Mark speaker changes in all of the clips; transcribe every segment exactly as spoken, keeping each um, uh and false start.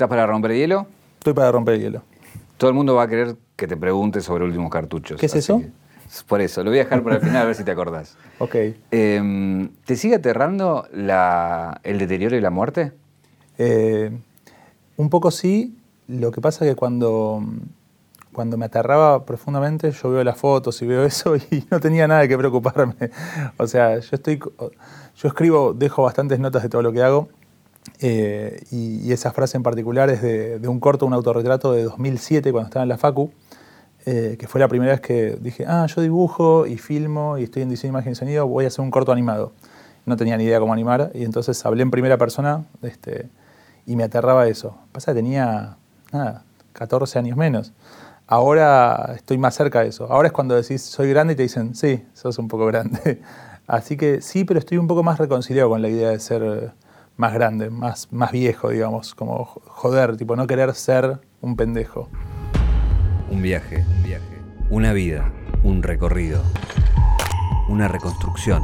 Speaker 1: ¿Estás para romper hielo?
Speaker 2: Estoy para romper hielo.
Speaker 1: Todo el mundo va a querer que te pregunte sobre Últimos Cartuchos.
Speaker 2: ¿Qué es eso?
Speaker 1: Que, por eso, lo voy a dejar para el final a ver si te acordás.
Speaker 2: Ok.
Speaker 1: Eh, ¿Te sigue aterrando la, el deterioro y la muerte?
Speaker 2: Eh, un poco sí. Lo que pasa es que cuando, cuando me aterraba profundamente, yo veo las fotos y veo eso y no tenía nada que preocuparme. O sea, yo estoy, yo escribo, dejo bastantes notas de todo lo que hago. Eh, y, y esa frase en particular es de, de un corto, un autorretrato de dos mil siete, cuando estaba en la facu, eh, que fue la primera vez que dije, ah, yo dibujo y filmo y estoy en diseño, imagen y sonido, voy a hacer un corto animado. No tenía ni idea cómo animar y entonces hablé en primera persona este, y me aterraba eso. Pasa que tenía, nada, catorce años menos. Ahora estoy más cerca de eso. Ahora es cuando decís, soy grande y te dicen, sí, sos un poco grande. Así que sí, pero estoy un poco más reconciliado con la idea de ser más grande, más, más viejo, digamos, como joder, tipo no querer ser un pendejo.
Speaker 3: Un viaje, un viaje, una vida, un recorrido, una reconstrucción.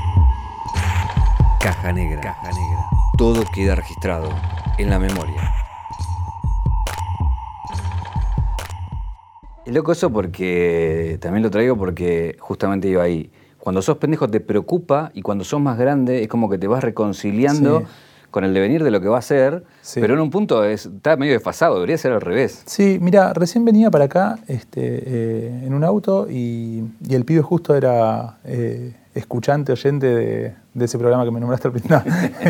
Speaker 3: Caja negra, caja negra. Todo queda registrado en la memoria.
Speaker 1: Es loco eso porque, también lo traigo porque justamente iba ahí. Cuando sos pendejo te preocupa y cuando sos más grande es como que te vas reconciliando sí. con el devenir de lo que va a ser, sí. pero en un punto es, está medio desfasado, debería ser al revés.
Speaker 2: Sí, mira, recién venía para acá este, eh, en un auto y, y el pibe justo era eh, escuchante, oyente de, de ese programa que me nombraste al principio,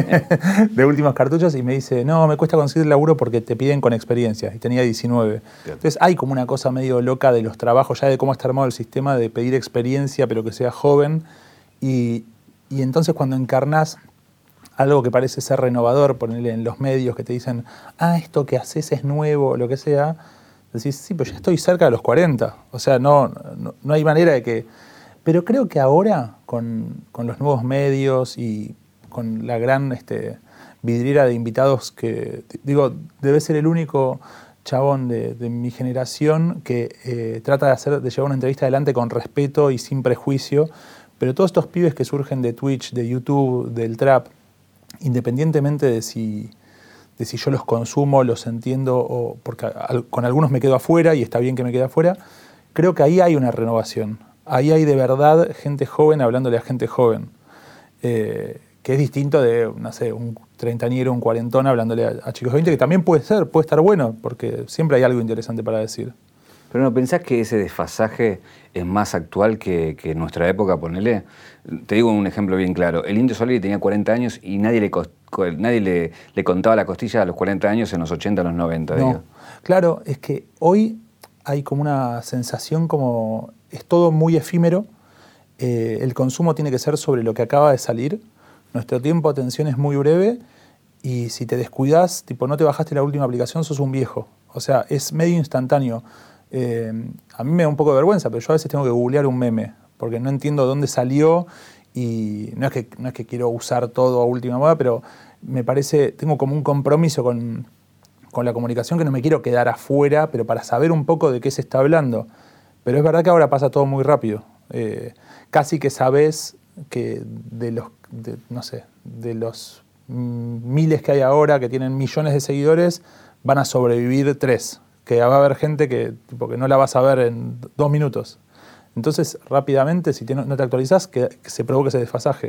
Speaker 2: de Últimos Cartuchos, y me dice, no, me cuesta conseguir laburo porque te piden con experiencia, y tenía diecinueve. Bien. Entonces hay como una cosa medio loca de los trabajos, ya de cómo está armado el sistema de pedir experiencia, pero que sea joven, y, y entonces cuando encarnás algo que parece ser renovador, ponerle en los medios que te dicen, ah, esto que haces es nuevo, lo que sea, decís, sí, pero ya estoy cerca de los cuarenta, o sea, no, no, no hay manera de que... Pero creo que ahora, con, con los nuevos medios y con la gran este, vidriera de invitados que, digo, debe ser el único chabón de, de mi generación que eh, trata de, hacer, de llevar una entrevista adelante con respeto y sin prejuicio, pero todos estos pibes que surgen de Twitch, de YouTube, del trap, independientemente de si, de si yo los consumo, los entiendo, o porque al, con algunos me quedo afuera y está bien que me quede afuera, creo que ahí hay una renovación. Ahí hay de verdad gente joven hablándole a gente joven, eh, que es distinto de, no sé, un treintañero, un cuarentón hablándole a, a chicos de veinte, que también puede ser, puede estar bueno, porque siempre hay algo interesante para decir.
Speaker 1: Pero ¿no pensás que ese desfasaje es más actual que, que nuestra época? Ponele. Te digo un ejemplo bien claro. El Indio Solari tenía cuarenta años y nadie le, nadie le, le contaba la costilla a los cuarenta años en los ochenta, en los noventa.
Speaker 2: No,
Speaker 1: digo.
Speaker 2: Claro, es que hoy hay como una sensación como... Es todo muy efímero, eh, el consumo tiene que ser sobre lo que acaba de salir, nuestro tiempo de atención es muy breve y si te descuidas, tipo no te bajaste la última aplicación, sos un viejo. O sea, es medio instantáneo. Eh, a mí me da un poco de vergüenza, pero yo a veces tengo que googlear un meme, porque no entiendo dónde salió y no es que, no es que quiero usar todo a última moda, pero me parece, tengo como un compromiso con, con la comunicación que no me quiero quedar afuera, pero para saber un poco de qué se está hablando. Pero es verdad que ahora pasa todo muy rápido. Eh, casi que sabés que de los, de, no sé, de los miles que hay ahora que tienen millones de seguidores, van a sobrevivir tres. Que va a haber gente que, tipo, que no la vas a ver en dos minutos. Entonces, rápidamente, si te, no te actualizás, que, que se provoque ese desfasaje.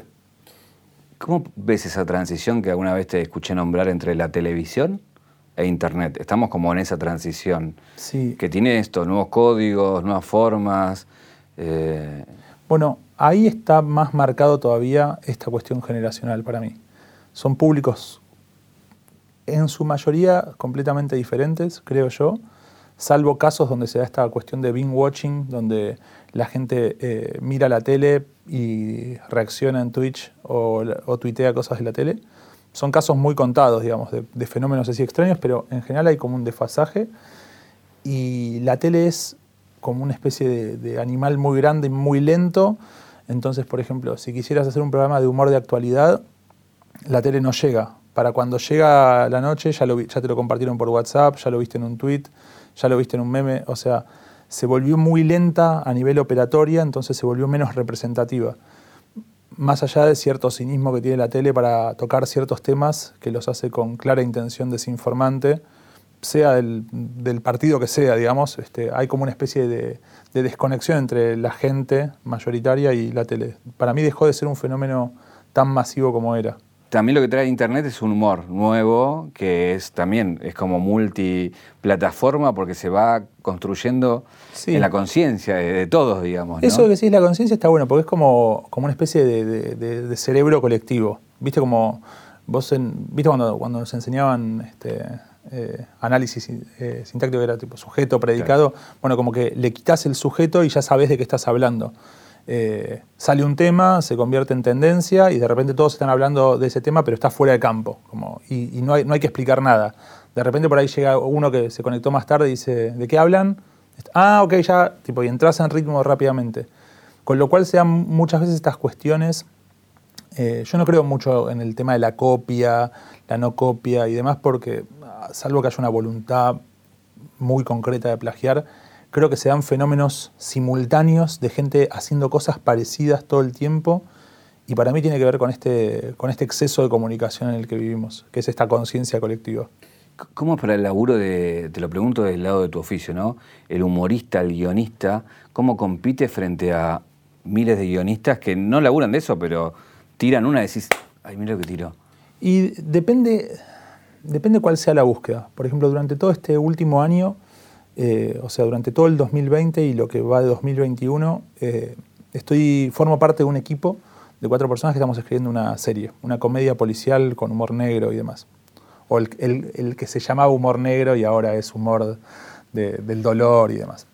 Speaker 1: ¿Cómo ves esa transición que alguna vez te escuché nombrar entre la televisión e Internet? Estamos como en esa transición,
Speaker 2: sí.
Speaker 1: que tiene esto, nuevos códigos, nuevas formas. Eh...
Speaker 2: Bueno, ahí está más marcado todavía esta cuestión generacional para mí. Son públicos en su mayoría completamente diferentes, creo yo, salvo casos donde se da esta cuestión de binge watching, donde la gente eh, mira la tele y reacciona en Twitch o, o tuitea cosas de la tele. Son casos muy contados, digamos, de, de fenómenos así extraños, pero en general hay como un desfasaje y la tele es como una especie de, de animal muy grande y muy lento. Entonces, por ejemplo, si quisieras hacer un programa de humor de actualidad, la tele no llega. Para cuando llega la noche ya, lo, ya te lo compartieron por WhatsApp, ya lo viste en un tweet, ya lo viste en un meme. O sea, se volvió muy lenta a nivel operatoria, entonces se volvió menos representativa. Más allá de cierto cinismo que tiene la tele para tocar ciertos temas que los hace con clara intención desinformante, sea del, del partido que sea, digamos, este, hay como una especie de, de desconexión entre la gente mayoritaria y la tele. Para mí dejó de ser un fenómeno tan masivo como era.
Speaker 1: También lo que trae Internet es un humor nuevo, que es también es como multiplataforma, porque se va construyendo sí. en la conciencia de, de todos, digamos, ¿no?
Speaker 2: Eso que decís, la conciencia está bueno, porque es como, como una especie de, de, de, de cerebro colectivo. ¿Viste como vos en, ¿viste cuando, cuando nos enseñaban este, eh, análisis eh, sintáctico, que era tipo sujeto, predicado? Claro. Bueno, como que le quitas el sujeto y ya sabés de qué estás hablando. Eh, sale un tema, se convierte en tendencia y de repente todos están hablando de ese tema, pero está fuera de campo. Como, y y no, hay, no hay que explicar nada. De repente por ahí llega uno que se conectó más tarde y dice, ¿de qué hablan? Ah, ok, ya, tipo, y entras en ritmo rápidamente. Con lo cual se dan muchas veces estas cuestiones. Eh, yo no creo mucho en el tema de la copia, la no copia y demás, porque salvo que haya una voluntad muy concreta de plagiar, creo que se dan fenómenos simultáneos de gente haciendo cosas parecidas todo el tiempo y para mí tiene que ver con este, con este exceso de comunicación en el que vivimos, que es esta conciencia colectiva.
Speaker 1: ¿Cómo es para el laburo de, te lo pregunto del lado de tu oficio, ¿no? El humorista, el guionista, ¿cómo compite frente a miles de guionistas que no laburan de eso, pero tiran una y decís, ay, mira lo que tiró?
Speaker 2: Y depende, depende cuál sea la búsqueda. Por ejemplo, durante todo este último año, Eh, o sea, durante todo el dos mil veinte y lo que va de dos mil veintiuno, eh, estoy, formo parte de un equipo de cuatro personas que estamos escribiendo una serie, una comedia policial con humor negro y demás. O el, el, el que se llamaba humor negro y ahora es humor de, del dolor y demás.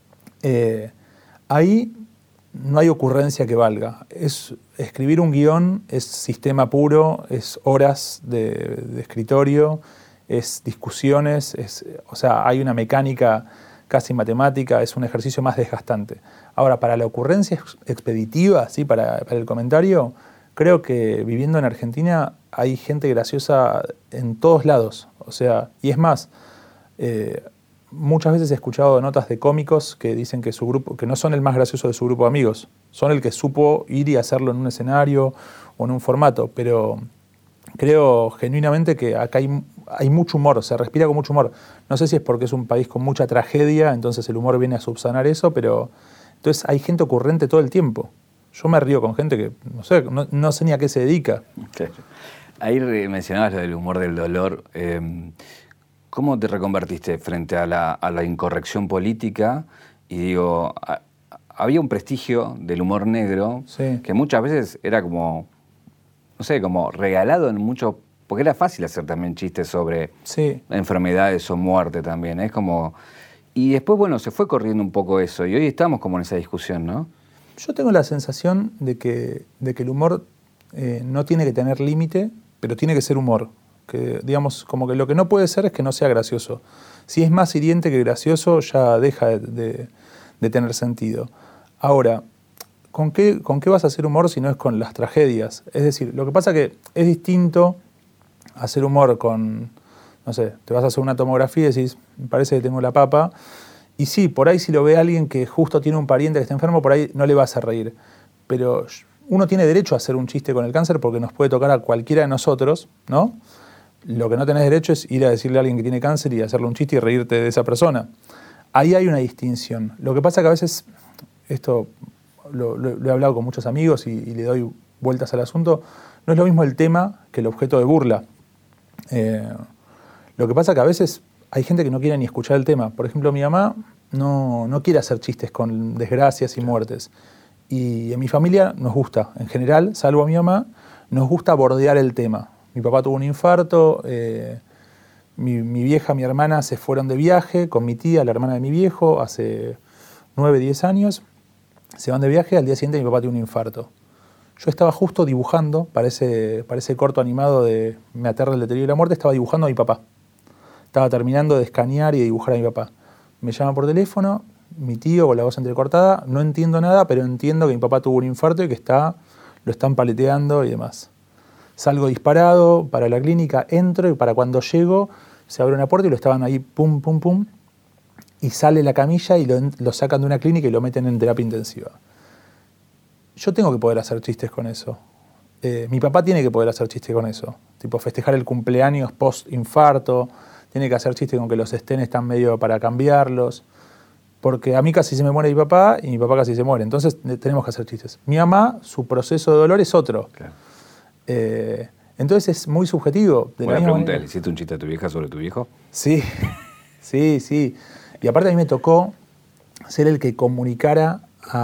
Speaker 2: Eh, ahí no hay ocurrencia que valga. Es, escribir un guión es sistema puro, es horas de, de escritorio, es discusiones, es, o sea, hay una mecánica casi matemática, es un ejercicio más desgastante. Ahora, para la ocurrencia expeditiva, ¿sí? para, para el comentario, creo que viviendo en Argentina hay gente graciosa en todos lados. O sea, y es más, eh, muchas veces he escuchado notas de cómicos que dicen que su grupo, que no son el más gracioso de su grupo de amigos, son el que supo ir y hacerlo en un escenario o en un formato, pero creo genuinamente que acá hay, hay mucho humor, se respira con mucho humor. No sé si es porque es un país con mucha tragedia, entonces el humor viene a subsanar eso, pero entonces hay gente ocurrente todo el tiempo. Yo me río con gente que, no sé, no, no sé ni a qué se dedica.
Speaker 1: Claro. Ahí mencionabas lo del humor del dolor. Eh, ¿Cómo te reconvertiste frente a la, a la incorrección política? Y digo, a, había un prestigio del humor negro sí. que muchas veces era como... no sé, como regalado en mucho, porque era fácil hacer también chistes sobre sí. enfermedades o muerte también, es como... Y después, bueno, se fue corriendo un poco eso, y hoy estamos como en esa discusión, ¿no?
Speaker 2: Yo tengo la sensación de que, de que el humor eh, no tiene que tener límite, pero tiene que ser humor. Que, digamos, como que lo que no puede ser es que no sea gracioso. Si es más hiriente que gracioso, ya deja de, de, de tener sentido. Ahora... ¿Con qué, ¿Con qué vas a hacer humor si no es con las tragedias? Es decir, lo que pasa es que es distinto hacer humor con, no sé, te vas a hacer una tomografía y decís, me parece que tengo la papa, y sí, por ahí si lo ve alguien que justo tiene un pariente que está enfermo, por ahí no le vas a reír. Pero uno tiene derecho a hacer un chiste con el cáncer porque nos puede tocar a cualquiera de nosotros, ¿no? Lo que no tenés derecho es ir a decirle a alguien que tiene cáncer y hacerle un chiste y reírte de esa persona. Ahí hay una distinción. Lo que pasa es que a veces esto... Lo, lo, lo he hablado con muchos amigos y, y le doy vueltas al asunto, no es lo mismo el tema que el objeto de burla. Eh, lo que pasa es que a veces hay gente que no quiere ni escuchar el tema. Por ejemplo, mi mamá no, no quiere hacer chistes con desgracias y muertes. Y en mi familia nos gusta, en general, salvo a mi mamá, nos gusta bordear el tema. Mi papá tuvo un infarto, eh, mi, mi vieja, mi hermana se fueron de viaje con mi tía, la hermana de mi viejo, hace nueve, diez años. Se van de viaje, al día siguiente mi papá tiene un infarto. Yo estaba justo dibujando, para ese, para ese corto animado de Me aterra el deterioro y la muerte, estaba dibujando a mi papá. Estaba terminando de escanear y de dibujar a mi papá. Me llama por teléfono, mi tío con la voz entrecortada, no entiendo nada, pero entiendo que mi papá tuvo un infarto y que está, lo están paleteando y demás. Salgo disparado para la clínica, entro y para cuando llego se abre una puerta y lo estaban ahí pum, pum, pum. Y sale la camilla y lo, lo sacan de una clínica y lo meten en terapia intensiva. Yo tengo que poder hacer chistes con eso. Eh, mi papá tiene que poder hacer chistes con eso. Tipo festejar el cumpleaños post-infarto, tiene que hacer chistes con que los estén están medio para cambiarlos. Porque a mí casi se me muere mi papá y mi papá casi se muere. Entonces tenemos que hacer chistes. Mi mamá, su proceso de dolor es otro. Claro. Eh, entonces es muy subjetivo.
Speaker 1: De Buena la pregunta, ¿le hiciste un chiste a tu vieja sobre tu viejo?
Speaker 2: Sí, sí, sí. Y aparte a mí me tocó ser el que comunicara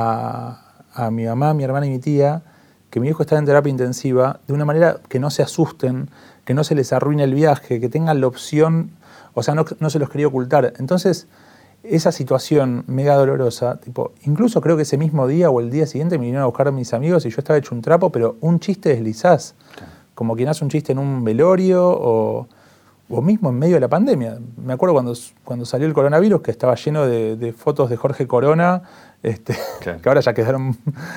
Speaker 2: a, a mi mamá, mi hermana y mi tía que mi viejo estaba en terapia intensiva de una manera que no se asusten, que no se les arruine el viaje, que tengan la opción, o sea, no, no se los quería ocultar. Entonces, esa situación mega dolorosa, tipo, incluso creo que ese mismo día o el día siguiente me vinieron a buscar a mis amigos y yo estaba hecho un trapo, pero un chiste deslizás, como quien hace un chiste en un velorio o, o mismo en medio de la pandemia. Me acuerdo cuando, cuando salió el coronavirus que estaba lleno de, de fotos de Jorge Corona, este, claro. que ahora ya quedaron,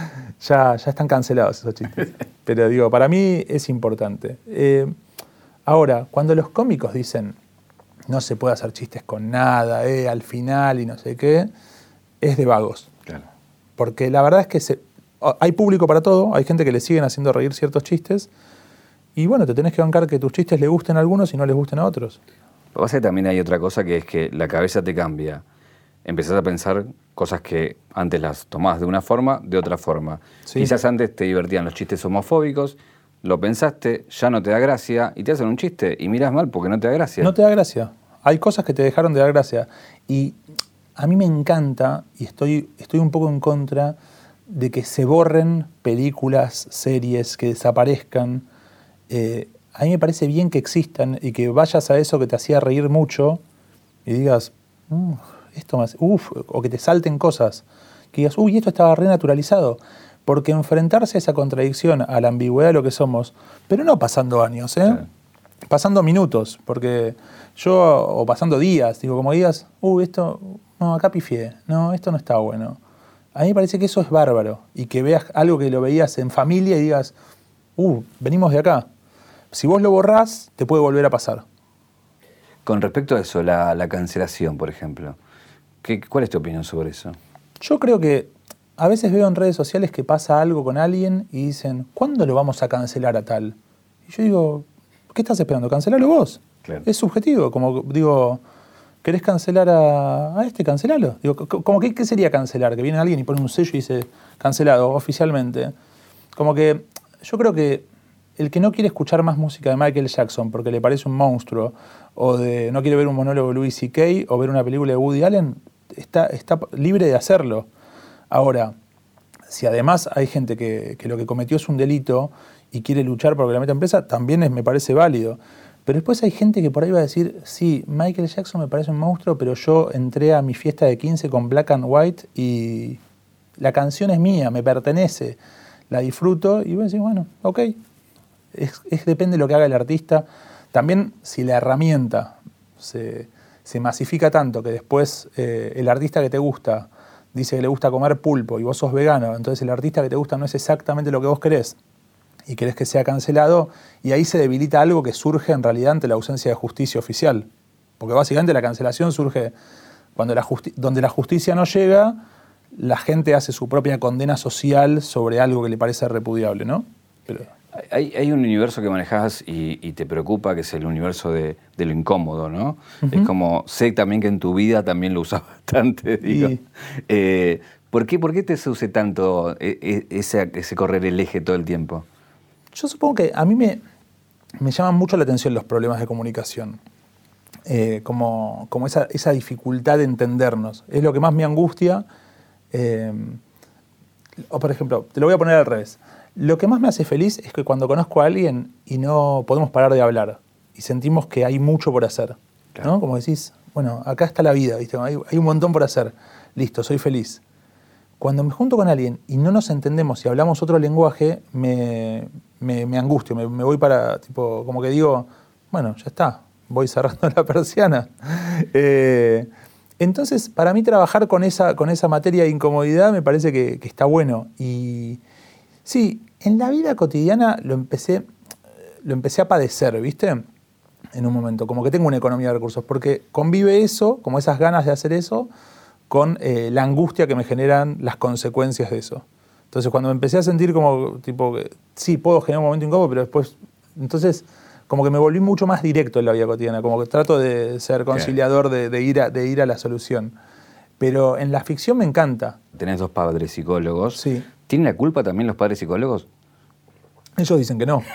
Speaker 2: ya, ya están cancelados esos chistes. Pero digo, para mí es importante. Eh, ahora, cuando los cómicos dicen no se puede hacer chistes con nada, eh, al final y no sé qué, es de vagos. Claro. Porque la verdad es que se, hay público para todo, hay gente que le siguen haciendo reír ciertos chistes, y bueno, te tenés que bancar que tus chistes le gusten a algunos y no les gusten a otros.
Speaker 1: Lo que pasa es que también hay otra cosa que es que la cabeza te cambia. Empezás a pensar cosas que antes las tomás de una forma, de otra forma. Sí. Quizás antes te divertían los chistes homofóbicos, lo pensaste, ya no te da gracia y te hacen un chiste y miras mal porque no te da gracia.
Speaker 2: No te da gracia. Hay cosas que te dejaron de dar gracia. Y a mí me encanta, y estoy, estoy un poco en contra, de que se borren películas, series, que desaparezcan. Eh, a mí me parece bien que existan y que vayas a eso que te hacía reír mucho y digas, uff, esto más, uff, o que te salten cosas. Que digas, uy, esto estaba renaturalizado. Porque enfrentarse a esa contradicción, a la ambigüedad de lo que somos, pero no pasando años, ¿eh? Sí. Pasando minutos, porque yo, o pasando días, digo, como digas, uy, esto, no, acá pifié, no, esto no está bueno. A mí me parece que eso es bárbaro, y que veas algo que lo veías en familia y digas, uh, venimos de acá. Si vos lo borrás, te puede volver a pasar.
Speaker 1: Con respecto a eso, la, la cancelación, por ejemplo, ¿qué, ¿cuál es tu opinión sobre eso?
Speaker 2: Yo creo que a veces veo en redes sociales que pasa algo con alguien y dicen, ¿cuándo lo vamos a cancelar a tal? Y yo digo, ¿qué estás esperando? Cancelalo vos. Claro. Es subjetivo. Como digo, ¿querés cancelar a, a este? Cancelalo. Digo, como que, ¿qué sería cancelar? Que viene alguien y pone un sello y dice, cancelado oficialmente. Como que yo creo que el que no quiere escuchar más música de Michael Jackson porque le parece un monstruo, o de no quiere ver un monólogo de Louis C K o ver una película de Woody Allen, está, está libre de hacerlo. Ahora, si además hay gente que, que lo que cometió es un delito y quiere luchar por que la meta presa, también es, me parece válido. Pero después hay gente que por ahí va a decir, sí, Michael Jackson me parece un monstruo, pero yo entré a mi fiesta de quince con Black and White y la canción es mía, me pertenece, la disfruto, y voy a decir, bueno, ok. Es, es, depende de lo que haga el artista. También si la herramienta se, se masifica tanto que después eh, el artista que te gusta dice que le gusta comer pulpo y vos sos vegano, entonces el artista que te gusta no es exactamente lo que vos querés y querés que sea cancelado, y ahí se debilita algo que surge en realidad ante la ausencia de justicia oficial. Porque básicamente la cancelación surge cuando la justi- donde la justicia no llega, la gente hace su propia condena social sobre algo que le parece repudiable, ¿no? Pero...
Speaker 1: Hay, hay un universo que manejas y, y te preocupa, que es el universo de, de lo incómodo, ¿no? Uh-huh. Es como, sé también que en tu vida también lo usas bastante, digo. Y... Eh, ¿por qué, ¿Por qué te seduce tanto ese, ese correr el eje todo el tiempo?
Speaker 2: Yo supongo que a mí me, me llaman mucho la atención los problemas de comunicación. Eh, como como esa, esa dificultad de entendernos. Es lo que más me angustia. Eh, o por ejemplo, te lo voy a poner al revés. Lo que más me hace feliz es que cuando conozco a alguien y no podemos parar de hablar y sentimos que hay mucho por hacer, claro. ¿No? Como decís, bueno, acá está la vida, ¿viste? Hay, hay un montón por hacer. Listo, soy feliz. Cuando me junto con alguien y no nos entendemos y hablamos otro lenguaje, me, me, me angustio, me, me voy para, tipo, como que digo, bueno, ya está, voy cerrando la persiana. Eh, entonces, para mí trabajar con esa, con esa materia de incomodidad me parece que, que está bueno. Y sí, en la vida cotidiana lo empecé, lo empecé a padecer, ¿viste? En un momento, como que tengo una economía de recursos, porque convive eso, como esas ganas de hacer eso, con eh, la angustia que me generan las consecuencias de eso. Entonces, cuando me empecé a sentir como, tipo, sí, puedo generar un momento incómodo, pero después, entonces, como que me volví mucho más directo en la vida cotidiana, como que trato de ser conciliador, de, de, ir, a, de ir a la solución. Pero en la ficción me encanta.
Speaker 1: Tenés dos padres psicólogos.
Speaker 2: Sí.
Speaker 1: ¿Tienen la culpa también los padres psicólogos?
Speaker 2: Ellos dicen que no.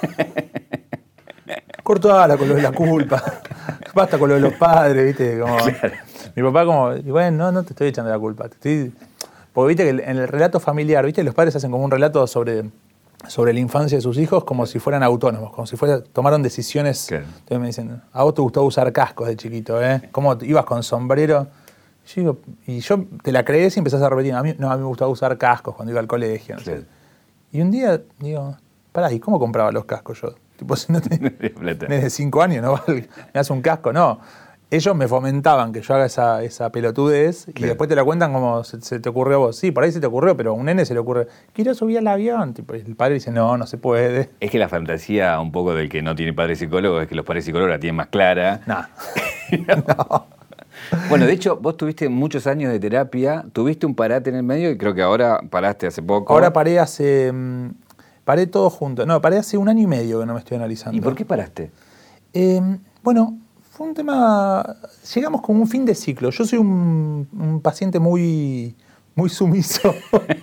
Speaker 2: Cortala con lo de la culpa. Basta con lo de los padres, ¿viste? Como, claro. Mi papá como, bueno, no, no te estoy echando la culpa. Te estoy... Porque viste que en el relato familiar, ¿viste? Los padres hacen como un relato sobre, sobre la infancia de sus hijos como si fueran autónomos, como si fuera, tomaron decisiones. Claro. Entonces me dicen, a vos te gustó usar cascos de chiquito, ¿eh? ¿Cómo ibas con sombrero? Yo digo, y yo te la crees y empezás a repetir, a mí, no, a mí me gustaba usar cascos cuando iba al colegio. No sé. Sí. Y un día digo, pará, ¿y cómo compraba los cascos yo? Tipo, si no tenés de cinco años, ¿no? Me hace un casco, no. Ellos me fomentaban que yo haga esa, esa pelotudez, claro. Y después te la cuentan como se, se te ocurrió a vos. Sí, por ahí se te ocurrió, pero a un nene se le ocurre, quiero subir al avión. Tipo, y el padre dice, no, no se puede.
Speaker 1: Es que la fantasía un poco del que no tiene padre psicólogo es que los padres psicólogos la tienen más clara.
Speaker 2: No.
Speaker 1: no. Bueno, de hecho, vos tuviste muchos años de terapia, tuviste un parate en el medio y creo que ahora paraste hace poco.
Speaker 2: Ahora paré hace... Paré todo junto. No, paré hace un año y medio que no me estoy analizando.
Speaker 1: ¿Y por qué paraste?
Speaker 2: Eh, bueno, fue un tema... Llegamos con un fin de ciclo. Yo soy un, un paciente muy, muy sumiso.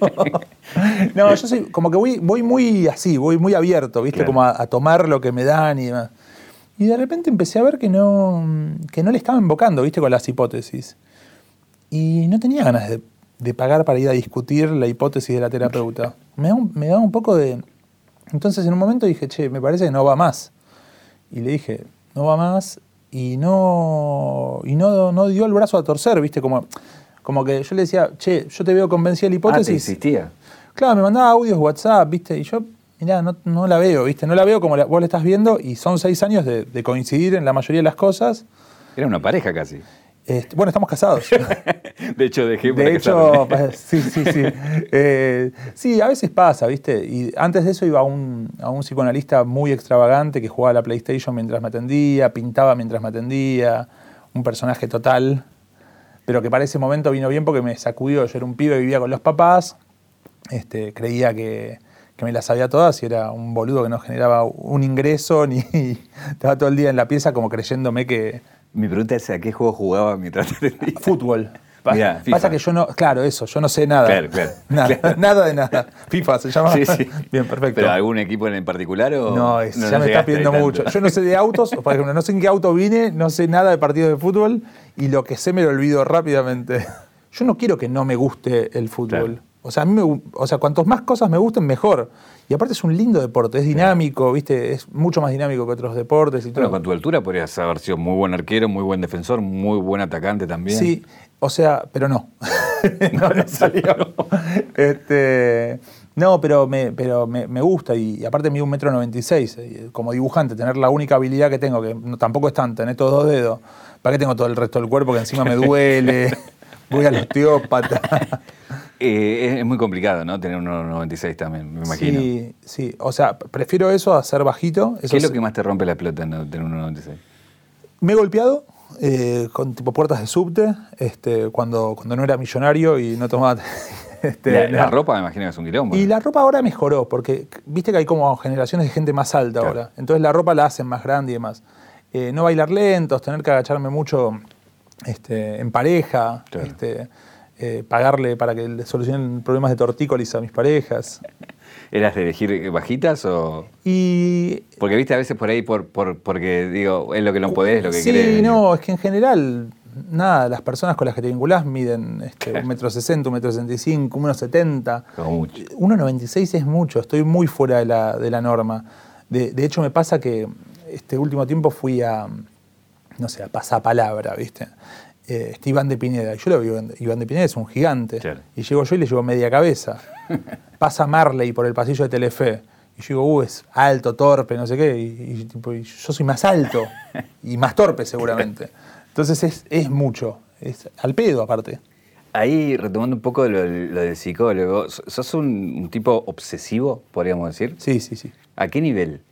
Speaker 2: No, yo soy como que voy, voy muy así, voy muy abierto, ¿viste? Claro. Como a, a tomar lo que me dan y demás. Y de repente empecé a ver que no, que no le estaba invocando, ¿viste? Con las hipótesis. Y no tenía ganas de, de pagar para ir a discutir la hipótesis de la terapeuta. Me da, un, me da un poco de... Entonces en un momento dije, che, me parece que no va más. Y le dije, no va más. Y no, y no, no dio el brazo a torcer, ¿viste? Como, como que yo le decía, che, yo te veo convencida de la hipótesis.
Speaker 1: Ah, ¿te insistía?
Speaker 2: Claro, me mandaba audios, WhatsApp, ¿viste? Y yo, mirá, no, no la veo, ¿viste? No la veo como la, vos la estás viendo y son seis años de, de coincidir en la mayoría de las cosas.
Speaker 1: Era una pareja casi.
Speaker 2: Este, bueno, estamos casados.
Speaker 1: De hecho, dejé para
Speaker 2: De hecho, casarme. sí, sí, sí. Eh, sí, a veces pasa, ¿viste? Y antes de eso iba a un, a un psicoanalista muy extravagante que jugaba a la PlayStation mientras me atendía, pintaba mientras me atendía, un personaje total, pero que para ese momento vino bien porque me sacudió. Yo era un pibe, vivía con los papás, este, creía que, que me las sabía todas y era un boludo que no generaba un ingreso ni estaba todo el día en la pieza como creyéndome que...
Speaker 1: Mi pregunta es, ¿a qué juego jugaba mientras te atendía?
Speaker 2: Fútbol.
Speaker 1: Mirá,
Speaker 2: Pasa que yo no, claro, eso, yo no sé nada.
Speaker 1: Claro, claro.
Speaker 2: Nada,
Speaker 1: claro.
Speaker 2: nada de nada. FIFA se llama.
Speaker 1: Sí, sí.
Speaker 2: Bien, perfecto.
Speaker 1: ¿Pero algún equipo en particular o...?
Speaker 2: No, es,
Speaker 1: no
Speaker 2: ya me está pidiendo
Speaker 1: tanto?
Speaker 2: mucho. Yo no sé de autos, por ejemplo, no sé en qué auto vine, no sé nada de partidos de fútbol y lo que sé me lo olvido rápidamente. Yo no quiero que no me guste el fútbol. Claro. O sea, a mí me, o sea, cuantos más cosas me gusten, mejor. Y aparte es un lindo deporte, es dinámico, claro. ¿Viste? Es mucho más dinámico que otros deportes y todo.
Speaker 1: Bueno, con tu altura podrías haber sido muy buen arquero, muy buen defensor, muy buen atacante también.
Speaker 2: Sí, o sea, pero no. no, no salió. este, no, pero me, pero me, me gusta y, y aparte mido un metro noventa y seis. Como dibujante, tener la única habilidad que tengo, que no, tampoco es tanta, tener estos dos dedos. ¿Para qué tengo todo el resto del cuerpo que encima me duele? Voy al osteópata.
Speaker 1: Eh, es muy complicado, ¿no? Tener un uno noventa y seis también, me imagino.
Speaker 2: Sí, sí. O sea, prefiero eso a ser bajito. Eso
Speaker 1: ¿Qué es lo
Speaker 2: es...
Speaker 1: que más te rompe la pelota en tener un uno noventa y seis?
Speaker 2: Me he golpeado eh, con tipo puertas de subte este, cuando, cuando no era millonario y no tomaba... Este,
Speaker 1: la, la ropa me imagino que es un quilombo.
Speaker 2: Y la ropa ahora mejoró, porque viste que hay como generaciones de gente más alta, claro, ahora. Entonces la ropa la hacen más grande y demás. Eh, no bailar lentos, tener que agacharme mucho este, en pareja, claro, este, eh, pagarle para que le solucionen problemas de tortícolis a mis parejas.
Speaker 1: ¿Eras de elegir bajitas o...?
Speaker 2: Y...
Speaker 1: Porque viste a veces por ahí, por, por, porque digo, es lo que no podés, es lo que
Speaker 2: sí,
Speaker 1: querés.
Speaker 2: Sí, no, es que en general, nada, las personas con las que te vinculás miden este, un metro sesenta, un metro sesenta y cinco, uno setenta.
Speaker 1: Como mucho.
Speaker 2: uno noventa y seis es mucho, estoy muy fuera de la, de la norma. De, de hecho, me pasa que este último tiempo fui a, no sé, a Pasapalabra, ¿viste? Eh, este Iván de Pineda. Yo lo veo, Iván de Pineda es un gigante. Claro. Y llego yo y le llevo media cabeza. Pasa Marley por el pasillo de Telefe. Y yo digo, uh, es alto, torpe, no sé qué. Y, y, tipo, y yo soy más alto y más torpe seguramente. Entonces es, es mucho. Es al pedo aparte.
Speaker 1: Ahí, retomando un poco lo, lo del psicólogo, ¿sos un, un tipo obsesivo, podríamos decir?
Speaker 2: Sí, sí, sí.
Speaker 1: ¿A qué nivel?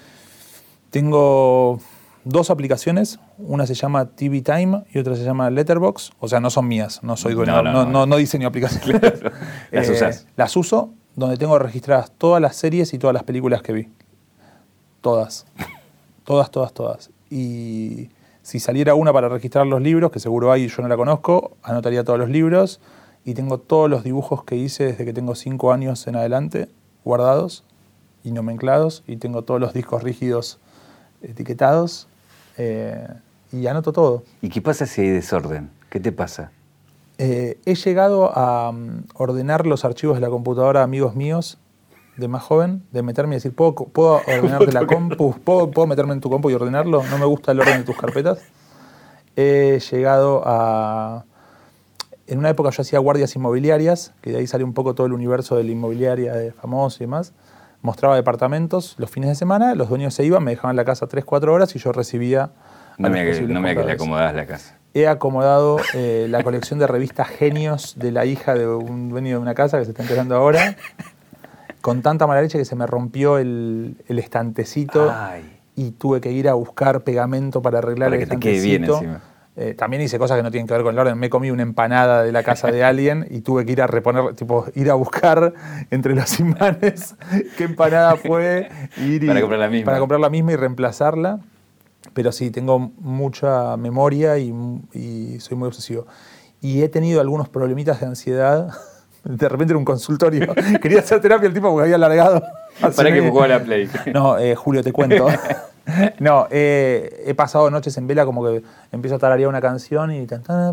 Speaker 2: Tengo dos aplicaciones, una se llama T V Time y otra se llama Letterboxd, o sea, no son mías, no soy dueño, no, no, no, no, no diseño aplicaciones. Claro.
Speaker 1: ¿Las
Speaker 2: eh,
Speaker 1: usas?
Speaker 2: Las uso, donde tengo registradas todas las series y todas las películas que vi. Todas. Todas, todas, todas. Y si saliera una para registrar los libros, que seguro hay y yo no la conozco, anotaría todos los libros. Y tengo todos los dibujos que hice desde que tengo cinco años en adelante, guardados y nomenclados. Y tengo todos los discos rígidos etiquetados. Eh, y anoto todo.
Speaker 1: ¿Y qué pasa si hay desorden? ¿Qué te pasa?
Speaker 2: Eh, he llegado a um, ordenar los archivos de la computadora a amigos míos de más joven, de meterme y decir, ¿puedo, puedo ordenarte la compu? ¿Puedo, ¿Puedo meterme en tu compu y ordenarlo? No me gusta el orden de tus carpetas. He llegado a... En una época yo hacía guardias inmobiliarias, que de ahí salió un poco todo el universo de la inmobiliaria de famosos y demás. Mostraba departamentos los fines de semana, los dueños se iban, me dejaban la casa tres, cuatro horas y yo recibía...
Speaker 1: No me digas no que le acomodabas la casa.
Speaker 2: He acomodado eh, la colección de revistas Genios de la hija de un dueño de una casa que se está enterando ahora, con tanta mala leche que se me rompió el, el estantecito. Ay. Y tuve que ir a buscar pegamento para arreglar
Speaker 1: para
Speaker 2: el
Speaker 1: que
Speaker 2: estantecito.
Speaker 1: Te quede bien encima.
Speaker 2: Eh, también hice cosas que no tienen que ver con el orden. Me comí una empanada de la casa de alguien y tuve que ir a reponer, tipo, ir a buscar entre los imanes qué empanada fue. Ir y,
Speaker 1: para comprar la misma.
Speaker 2: Para comprar la misma y reemplazarla. Pero sí, tengo mucha memoria y, y soy muy obsesivo. Y he tenido algunos problemitas de ansiedad. De repente era un consultorio. Quería hacer terapia el tipo porque había alargado.
Speaker 1: Para que jugó a la Play.
Speaker 2: No, eh, Julio, te cuento. No, eh, he pasado noches en vela como que empiezo a tararear una canción y...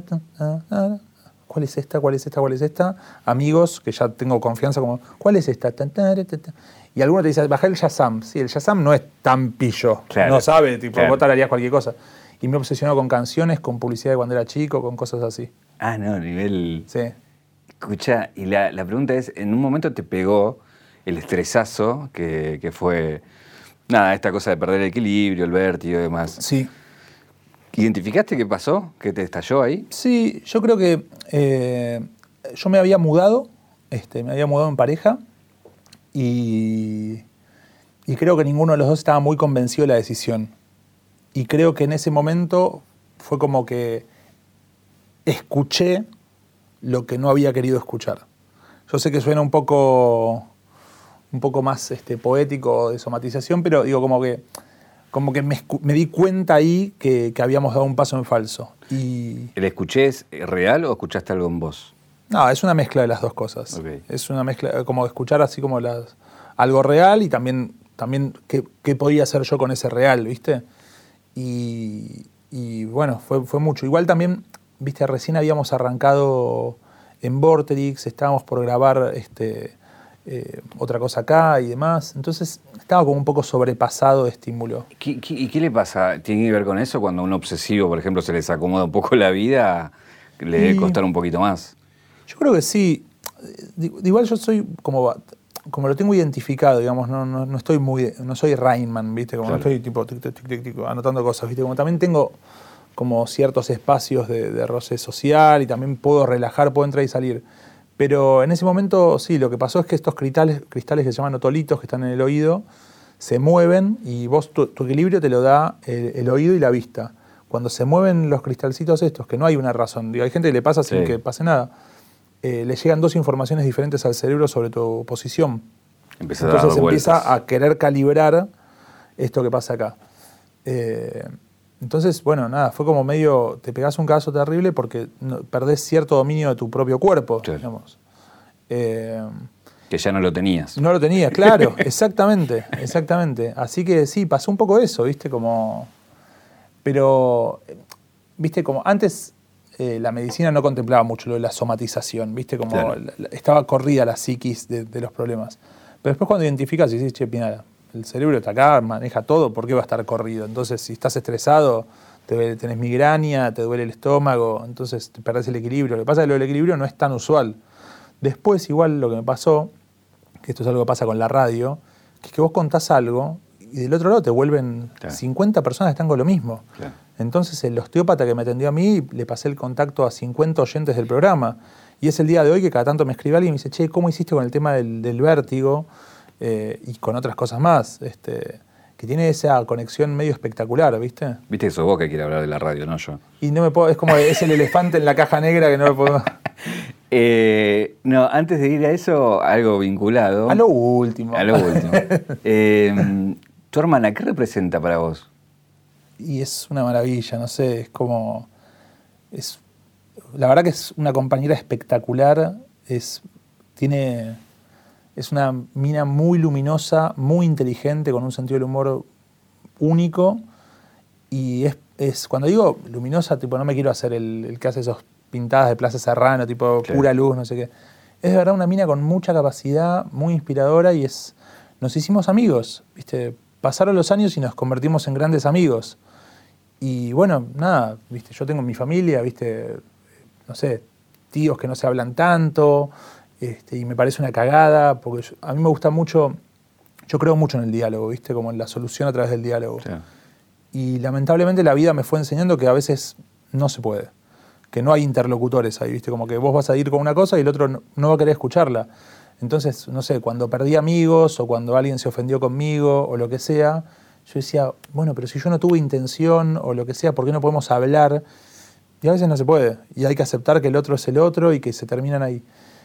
Speaker 2: ¿Cuál es esta? ¿Cuál es esta? ¿Cuál es esta? Amigos, que ya tengo confianza como... ¿Cuál es esta? Y alguno te dice, bajá el Shazam. Sí, el Shazam no es tan pillo. Claro, no sabe, tipo, claro. Vos tararías cualquier cosa. Y me obsesionó con canciones, con publicidad de cuando era chico, con cosas así.
Speaker 1: Ah, no, a nivel...
Speaker 2: Sí.
Speaker 1: Escucha, y la, la pregunta es, en un momento te pegó el estresazo que, que fue... Nada, esta cosa de perder el equilibrio, el vértigo y demás.
Speaker 2: Sí.
Speaker 1: ¿Identificaste qué pasó? ¿Qué te estalló ahí?
Speaker 2: Sí, yo creo que eh, yo me había mudado, este, me había mudado en pareja y, y creo que ninguno de los dos estaba muy convencido de la decisión. Y creo que en ese momento fue como que escuché lo que no había querido escuchar. Yo sé que suena un poco... un poco más este, poético de somatización, pero digo, como que, como que me, me di cuenta ahí que, que habíamos dado un paso en falso. Y...
Speaker 1: ¿El escuché es real o escuchaste algo en vos?
Speaker 2: No, es una mezcla de las dos cosas. Okay. Es una mezcla, como escuchar así como las, algo real y también, también qué, qué podía hacer yo con ese real, ¿viste? Y, y bueno, fue, fue mucho. Igual también, ¿viste? Recién habíamos arrancado en Vorterix, estábamos por grabar... este Eh, otra cosa acá y demás. Entonces estaba como un poco sobrepasado de estímulo.
Speaker 1: ¿Qué, qué, ¿Y qué le pasa? ¿Tiene que ver con eso? Cuando a un obsesivo, por ejemplo, se les acomoda un poco la vida, le debe costar un poquito más.
Speaker 2: Yo creo que sí. Igual yo soy como... como lo tengo identificado, digamos, no, no, no estoy muy... no soy Rainman, ¿viste? Como claro. No estoy tipo tic, tic, tic, tic, anotando cosas, ¿viste? Como también tengo como ciertos espacios de, de roce social y también puedo relajar, puedo entrar y salir. Pero en ese momento, sí, lo que pasó es que estos cristales, cristales que se llaman otolitos, que están en el oído, se mueven y vos tu, tu equilibrio te lo da el, el oído y la vista. Cuando se mueven los cristalcitos estos, que no hay una razón, digo, hay gente que le pasa sin sí. que pase nada, eh, le llegan dos informaciones diferentes al cerebro sobre tu posición.
Speaker 1: Empieza
Speaker 2: Entonces
Speaker 1: a
Speaker 2: empieza a querer calibrar esto que pasa acá. Eh, Entonces, bueno, nada, fue como medio, te pegás un cagazo terrible porque no, perdés cierto dominio de tu propio cuerpo, claro. digamos. Eh,
Speaker 1: que ya no lo tenías.
Speaker 2: No lo tenías, claro, exactamente, exactamente. Así que sí, pasó un poco eso, ¿viste? Como, pero, ¿viste? Como antes eh, la medicina no contemplaba mucho lo de la somatización, ¿viste? Como claro. la, la, estaba corrida la psiquis de, de los problemas. Pero después cuando identificas y dices, che, Pinada, el cerebro está acá, maneja todo, ¿por qué va a estar corrido? Entonces, si estás estresado, te, tenés migraña, te duele el estómago, entonces te perdés el equilibrio. Lo que pasa es que lo del equilibrio no es tan usual. Después, igual, lo que me pasó, que esto es algo que pasa con la radio, que es que vos contás algo y del otro lado te vuelven claro. cincuenta personas que están con lo mismo. Claro. Entonces, el osteópata que me atendió a mí, le pasé el contacto a cincuenta oyentes del programa. Y es el día de hoy que cada tanto me escribe alguien y me dice, che, ¿cómo hiciste con el tema del, del vértigo? Eh, y con otras cosas más, este, que tiene esa conexión medio espectacular, ¿viste?
Speaker 1: Viste que sos vos que quiere hablar de la radio, no yo.
Speaker 2: Y no me puedo, es como es el elefante en la caja negra que no me puedo...
Speaker 1: eh, no, antes de ir a eso, algo vinculado.
Speaker 2: A lo último.
Speaker 1: A lo último. eh, ¿Tu hermana qué representa para vos?
Speaker 2: y es una maravilla, no sé, es como... Es, la verdad que es una compañera espectacular, es, tiene, es una mina muy luminosa, muy inteligente, con un sentido del humor único, y es, es cuando digo luminosa, tipo, no me quiero hacer el, el que hace esos pintadas de Plaza Serrano, tipo claro. Pura luz, no sé qué. Es de verdad una mina con mucha capacidad, muy inspiradora, y es nos hicimos amigos, ¿viste? Pasaron los años y nos convertimos en grandes amigos. Y bueno, nada, ¿viste? Yo tengo mi familia, ¿viste? No sé, tíos que no se hablan tanto, este, y me parece una cagada, porque yo, a mí me gusta mucho, yo creo mucho en el diálogo, ¿viste? Como en la solución a través del diálogo. Sí. Y lamentablemente la vida me fue enseñando que a veces no se puede, que no hay interlocutores ahí, ¿viste? Como que vos vas a ir con una cosa y el otro no, no va a querer escucharla. Entonces, no sé, cuando perdí amigos o cuando alguien se ofendió conmigo o lo que sea, yo decía, bueno, pero si yo no tuve intención o lo que sea, ¿por qué no podemos hablar? Y a veces no se puede. Y hay que aceptar que el otro es el otro y que se terminan ahí.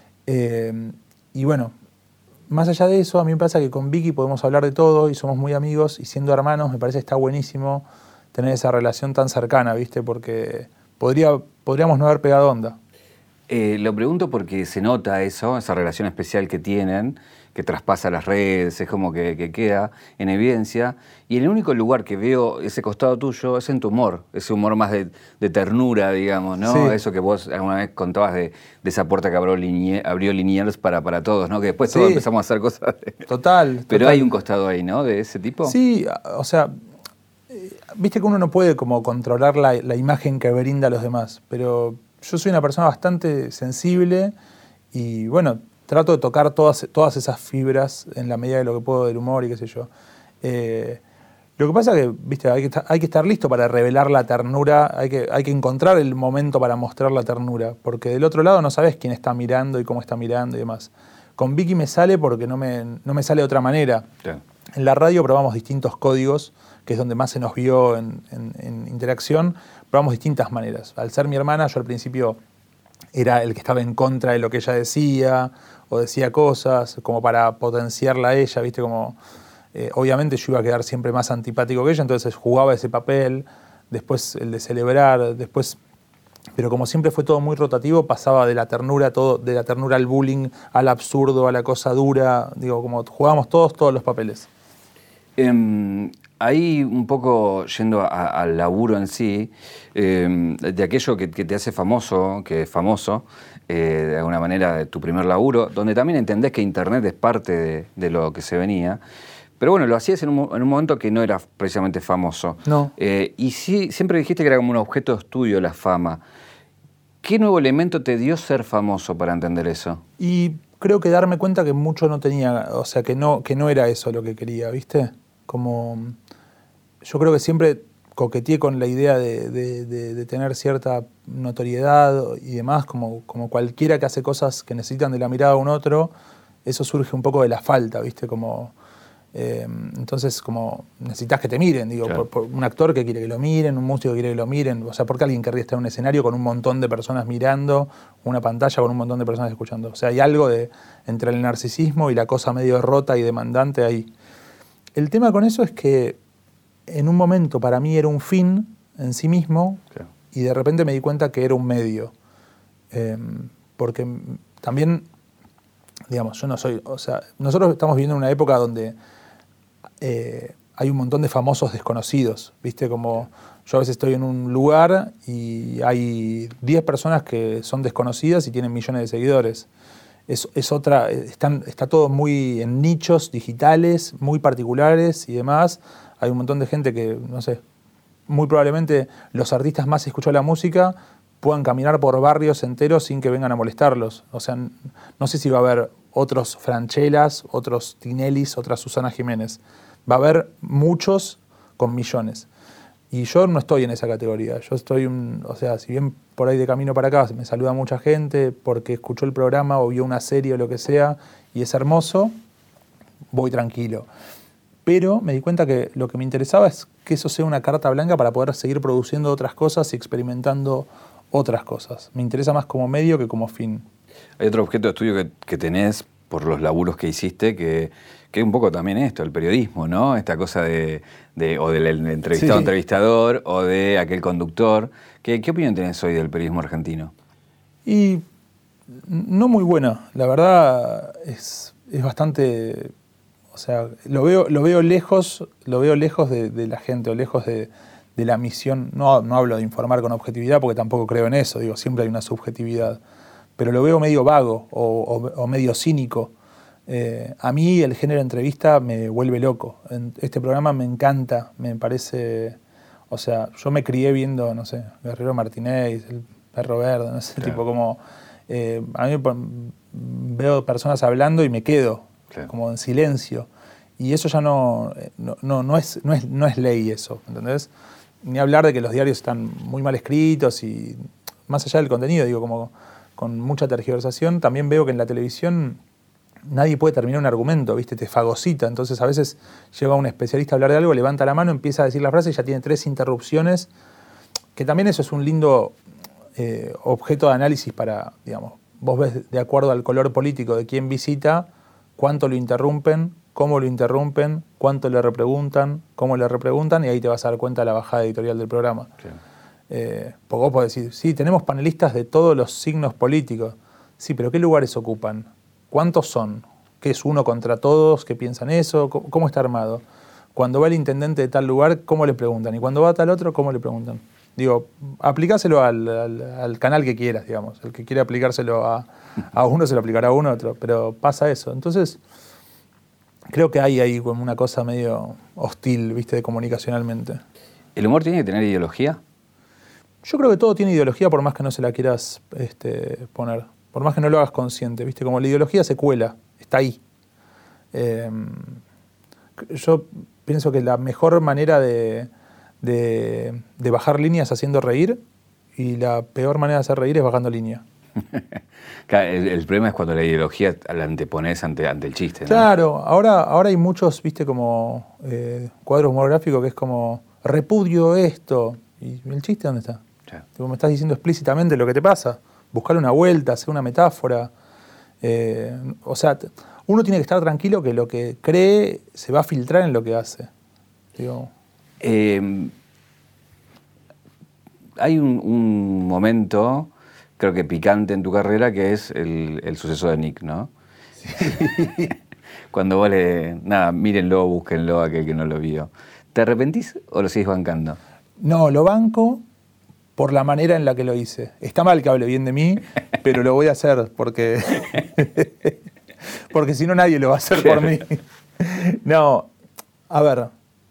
Speaker 2: Eh, y bueno, más allá de eso, a mí me pasa que con Vicky podemos hablar de todo y somos muy amigos, y siendo hermanos me parece que está buenísimo tener esa relación tan cercana, ¿viste? Porque podría, podríamos no haber pegado onda.
Speaker 1: Eh, lo pregunto porque se nota eso, esa relación especial que tienen, que traspasa las redes, es como que, que queda en evidencia. Y el único lugar que veo ese costado tuyo es en tu humor, ese humor más de, de ternura, digamos, ¿no? Sí. Eso que vos alguna vez contabas de, de esa puerta que abrió, Liniers, abrió Liniers para, para todos, ¿no? Que después sí. todos empezamos a hacer cosas. De...
Speaker 2: Total.
Speaker 1: Pero
Speaker 2: total.
Speaker 1: Hay un costado ahí, ¿no? De ese tipo.
Speaker 2: Sí, o sea, viste que uno no puede como controlar la, la imagen que brinda a los demás, pero... Yo soy una persona bastante sensible y, bueno, trato de tocar todas, todas esas fibras en la medida de lo que puedo del humor y qué sé yo. Eh, lo que pasa es que, viste, hay que, hay que estar listo para revelar la ternura, hay que, hay que encontrar el momento para mostrar la ternura, porque del otro lado no sabes quién está mirando y cómo está mirando y demás. Con Vicky me sale porque no me, no me sale de otra manera. Sí. En la radio probamos distintos códigos, que es donde más se nos vio en, en, en interacción, probamos distintas maneras. Al ser mi hermana, yo al principio era el que estaba en contra de lo que ella decía, o decía cosas como para potenciarla a ella, ¿viste? Como, eh, obviamente yo iba a quedar siempre más antipático que ella, entonces jugaba ese papel, después el de celebrar, después... Pero como siempre fue todo muy rotativo, pasaba de la ternura, todo, de la ternura al bullying, al absurdo, a la cosa dura, digo, como jugábamos todos, todos los papeles.
Speaker 1: Um... Ahí un poco yendo al laburo en sí, eh, de aquello que, que te hace famoso, que es famoso, eh, de alguna manera de tu primer laburo, donde también entendés que Internet es parte de, de lo que se venía, pero bueno, lo hacías en un, en un momento que no era precisamente famoso.
Speaker 2: No.
Speaker 1: Eh, y sí, siempre dijiste que era como un objeto de estudio la fama. ¿Qué nuevo elemento te dio ser famoso para entender eso?
Speaker 2: Y creo que darme cuenta que mucho no tenía, o sea, que no, que no era eso lo que quería, ¿viste? Como... Yo creo que siempre coqueteé con la idea de, de, de, de tener cierta notoriedad y demás, como, como cualquiera que hace cosas que necesitan de la mirada de un otro, eso surge un poco de la falta, ¿viste? Como, eh, entonces, como necesitas que te miren, digo, claro. por, por un actor que quiere que lo miren, un músico que quiere que lo miren, o sea, ¿por qué alguien querría estar en un escenario con un montón de personas mirando, una pantalla con un montón de personas escuchando? O sea, hay algo de entre el narcisismo y la cosa medio rota y demandante ahí. El tema con eso es que en un momento para mí era un fin en sí mismo, claro. y de repente me di cuenta que era un medio. Eh, porque también, digamos, yo no soy... O sea, nosotros estamos viviendo en una época donde eh, hay un montón de famosos desconocidos, ¿viste? Como yo a veces estoy en un lugar y hay diez personas que son desconocidas y tienen millones de seguidores. Es, es otra... Están, está todo muy en nichos digitales, muy particulares y demás. Hay un montón de gente que, no sé, muy probablemente los artistas más escuchados de la música puedan caminar por barrios enteros sin que vengan a molestarlos. O sea, no sé si va a haber otros Franchelas, otros Tinellis, otras Susana Jiménez. Va a haber muchos con millones. Y yo no estoy en esa categoría. Yo estoy, un, o sea, si bien por ahí de camino para acá me saluda mucha gente porque escuchó el programa o vio una serie o lo que sea y es hermoso, voy tranquilo. Pero me di cuenta que lo que me interesaba es que eso sea una carta blanca para poder seguir produciendo otras cosas y experimentando otras cosas. Me interesa más como medio que como fin.
Speaker 1: Hay otro objeto de estudio que, que tenés, por los laburos que hiciste, que, que un poco también esto, el periodismo, ¿no? Esta cosa de, de o del entrevistado sí. entrevistador o de aquel conductor. ¿Qué, qué opinión tenés hoy del periodismo argentino?
Speaker 2: Y no muy buena. La verdad es, es bastante... O sea, lo veo, lo veo lejos, lo veo lejos de, de la gente, o lejos de, de la misión. No, no hablo de informar con objetividad porque tampoco creo en eso, digo, siempre hay una subjetividad. Pero lo veo medio vago o, o, o medio cínico. Eh, a mí el género entrevista me vuelve loco. En este programa me encanta, me parece... O sea, yo me crié viendo, no sé, Guerrero Martínez, el Perro Verde, no sé, claro. tipo como... Eh, a mí veo personas hablando y me quedo, claro. como en silencio. Y eso ya no, no, no, no, es, no, es, no es ley eso, ¿entendés? Ni hablar de que los diarios están muy mal escritos y más allá del contenido, digo, como con mucha tergiversación, también veo que en la televisión nadie puede terminar un argumento, ¿viste? Te fagocita. Entonces a veces llega un especialista a hablar de algo, levanta la mano, empieza a decir la frase y ya tiene tres interrupciones, que también eso es un lindo eh, objeto de análisis para, digamos, vos ves de acuerdo al color político de quién visita, cuánto lo interrumpen, cómo lo interrumpen, cuánto le repreguntan, cómo le repreguntan, y ahí te vas a dar cuenta de la bajada editorial del programa. Sí. Eh, porque vos podés decir, sí, tenemos panelistas de todos los signos políticos. Sí, pero ¿qué lugares ocupan? ¿Cuántos son? ¿Qué es uno contra todos que piensan eso? ¿Cómo está armado? Cuando va el intendente de tal lugar, ¿cómo le preguntan? Y cuando va a tal otro, ¿cómo le preguntan? Digo, aplicáselo al, al, al canal que quieras, digamos. El que quiera aplicárselo a, a uno, se lo aplicará a uno, a otro. Pero pasa eso. Entonces, creo que hay ahí como una cosa medio hostil, ¿viste? Comunicacionalmente.
Speaker 1: ¿El humor tiene que tener ideología?
Speaker 2: Yo creo que todo tiene ideología por más que no se la quieras este, poner. Por más que no lo hagas consciente, ¿viste? Como la ideología se cuela, está ahí. Eh, yo pienso que la mejor manera de, de, de bajar líneas es haciendo reír y la peor manera de hacer reír es bajando línea.
Speaker 1: el, el problema es cuando la ideología la antepones ante, ante el chiste, ¿no?
Speaker 2: Claro, ahora, ahora hay muchos, ¿viste? Como eh, cuadros humorográficos que es como repudio esto. ¿Y el chiste dónde está? Claro. Tipo, me estás diciendo explícitamente lo que te pasa. Buscarle una vuelta, hacer una metáfora. Eh, o sea, uno tiene que estar tranquilo que lo que cree se va a filtrar en lo que hace. Digo.
Speaker 1: Eh, hay un, un momento, creo que picante en tu carrera, que es el, el suceso de Nick, ¿no? Sí. Cuando vos le... Nada, mírenlo, búsquenlo, aquel que no lo vio. ¿Te arrepentís o lo sigues bancando?
Speaker 2: No, lo banco por la manera en la que lo hice. Está mal que hable bien de mí, pero lo voy a hacer porque, porque si no nadie lo va a hacer por mí. No, a ver,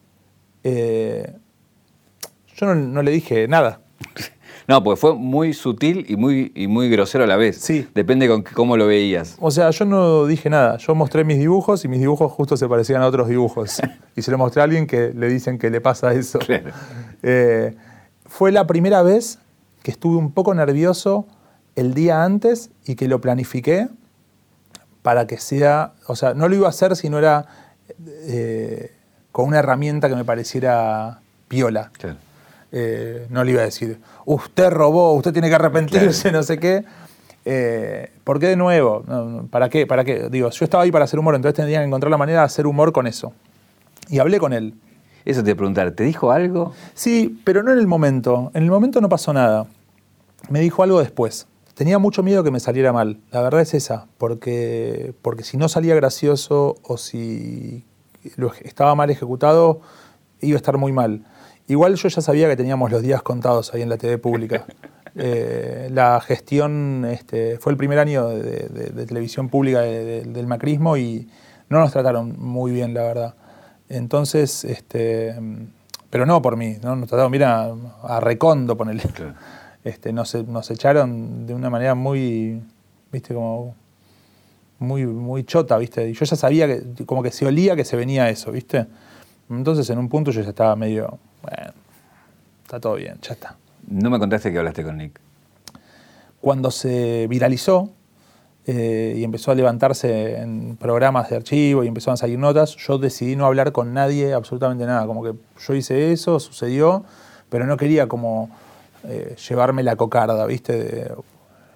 Speaker 2: eh, yo no, no le dije nada.
Speaker 1: No, porque fue muy sutil y muy, y muy grosero a la vez.
Speaker 2: Sí.
Speaker 1: Depende con cómo lo veías.
Speaker 2: O sea, yo no dije nada. Yo mostré mis dibujos y mis dibujos justo se parecían a otros dibujos. Y se lo mostré a alguien que le dicen que le pasa eso. Claro. Eh, fue la primera vez que estuve un poco nervioso el día antes y que lo planifiqué para que sea... O sea, no lo iba a hacer si no era eh, con una herramienta que me pareciera piola. Claro. Eh, no le iba a decir, usted robó, usted tiene que arrepentirse, claro. no sé qué. Eh, ¿Por qué de nuevo? No, ¿Para qué? ¿Para qué? Digo, yo estaba ahí para hacer humor, entonces tendría que encontrar la manera de hacer humor con eso. Y hablé con él.
Speaker 1: Eso te iba a preguntar, ¿te dijo algo?
Speaker 2: Sí, pero no en el momento. En el momento no pasó nada. Me dijo algo después. Tenía mucho miedo que me saliera mal. La verdad es esa, porque, porque si no salía gracioso o si lo estaba mal ejecutado, iba a estar muy mal. Igual yo ya sabía que teníamos los días contados ahí en la T V pública. Eh, la gestión, este, fue el primer año de, de, de televisión pública de, de, del macrismo y no nos trataron muy bien, la verdad. Entonces, este, pero no por mí, ¿no? Nos trataron, mira, a recondo, ponele. Claro. Este, nos, nos echaron de una manera muy, viste, como muy, muy chota, viste. Y yo ya sabía que, como que se olía que se venía eso, viste. Entonces, en un punto yo ya estaba medio, bueno, está todo bien, ya está.
Speaker 1: No me contaste que hablaste con Nick.
Speaker 2: Cuando se viralizó eh, y empezó a levantarse en programas de archivo y empezaron a salir notas, yo decidí no hablar con nadie, absolutamente nada. Como que yo hice eso, sucedió, pero no quería como eh, llevarme la cocarda, ¿viste? De,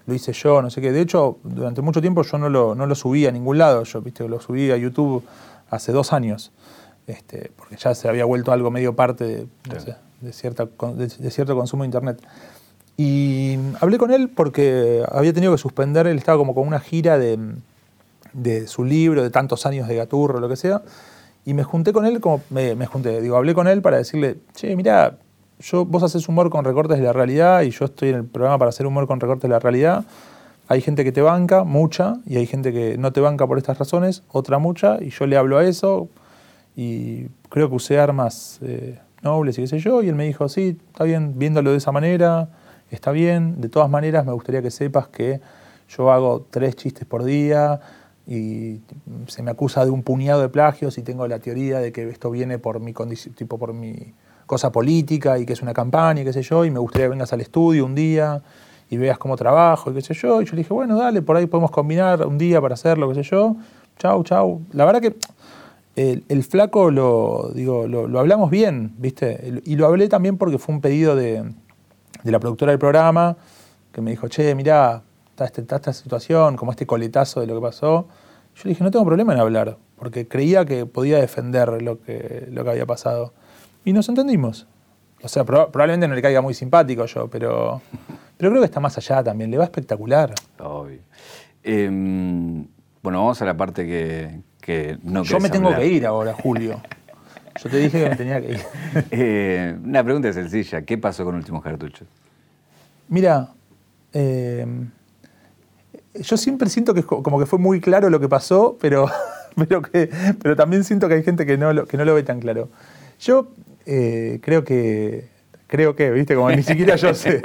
Speaker 2: lo hice yo, no sé qué. De hecho, durante mucho tiempo yo no lo, no lo subí a ningún lado. Yo, viste, lo subí a YouTube hace dos años, este, porque ya se había vuelto algo medio parte de, no sé, de, cierta, de, de cierto consumo de internet. Y hablé con él porque había tenido que suspender, él estaba como con una gira de, de su libro, de tantos años de Gaturro, lo que sea, y me junté con él, como me, me junté, digo, hablé con él para decirle, che, mirá, yo, vos haces humor con recortes de la realidad y yo estoy en el programa para hacer humor con recortes de la realidad. Hay gente que te banca, mucha, y hay gente que no te banca por estas razones, otra mucha, y yo le hablo a eso, y creo que usé armas eh, nobles y qué sé yo, y él me dijo, sí, está bien, viéndolo de esa manera, está bien. De todas maneras, me gustaría que sepas que yo hago tres chistes por día y se me acusa de un puñado de plagios y tengo la teoría de que esto viene por mi condición, tipo por mi cosa política y que es una campaña y qué sé yo, y me gustaría que vengas al estudio un día y veas cómo trabajo y qué sé yo. Y yo le dije, bueno, dale, por ahí podemos combinar un día para hacerlo, qué sé yo. Chau, chau. La verdad que el, el flaco lo, digo, lo, lo hablamos bien, ¿viste? Y lo hablé también porque fue un pedido de, de la productora del programa que me dijo, che, mirá, está, este, está esta situación, como este coletazo de lo que pasó. Yo le dije, no tengo problema en hablar, porque creía que podía defender lo que, lo que había pasado. Y nos entendimos. O sea, pro, probablemente no le caiga muy simpático yo, pero, pero creo que está más allá también. Le va espectacular.
Speaker 1: Obvio. Eh, bueno, vamos a la parte que, que no
Speaker 2: Yo me tengo
Speaker 1: hablar.
Speaker 2: que ir ahora, Julio. Yo te dije que me tenía que ir.
Speaker 1: eh, una pregunta sencilla. ¿Qué pasó con Últimos Cartuchos?
Speaker 2: Mira, eh, yo siempre siento que como que fue muy claro lo que pasó, pero, pero, que, pero también siento que hay gente que no lo, que no lo ve tan claro. Yo eh, creo que, creo que, viste, como ni siquiera yo sé.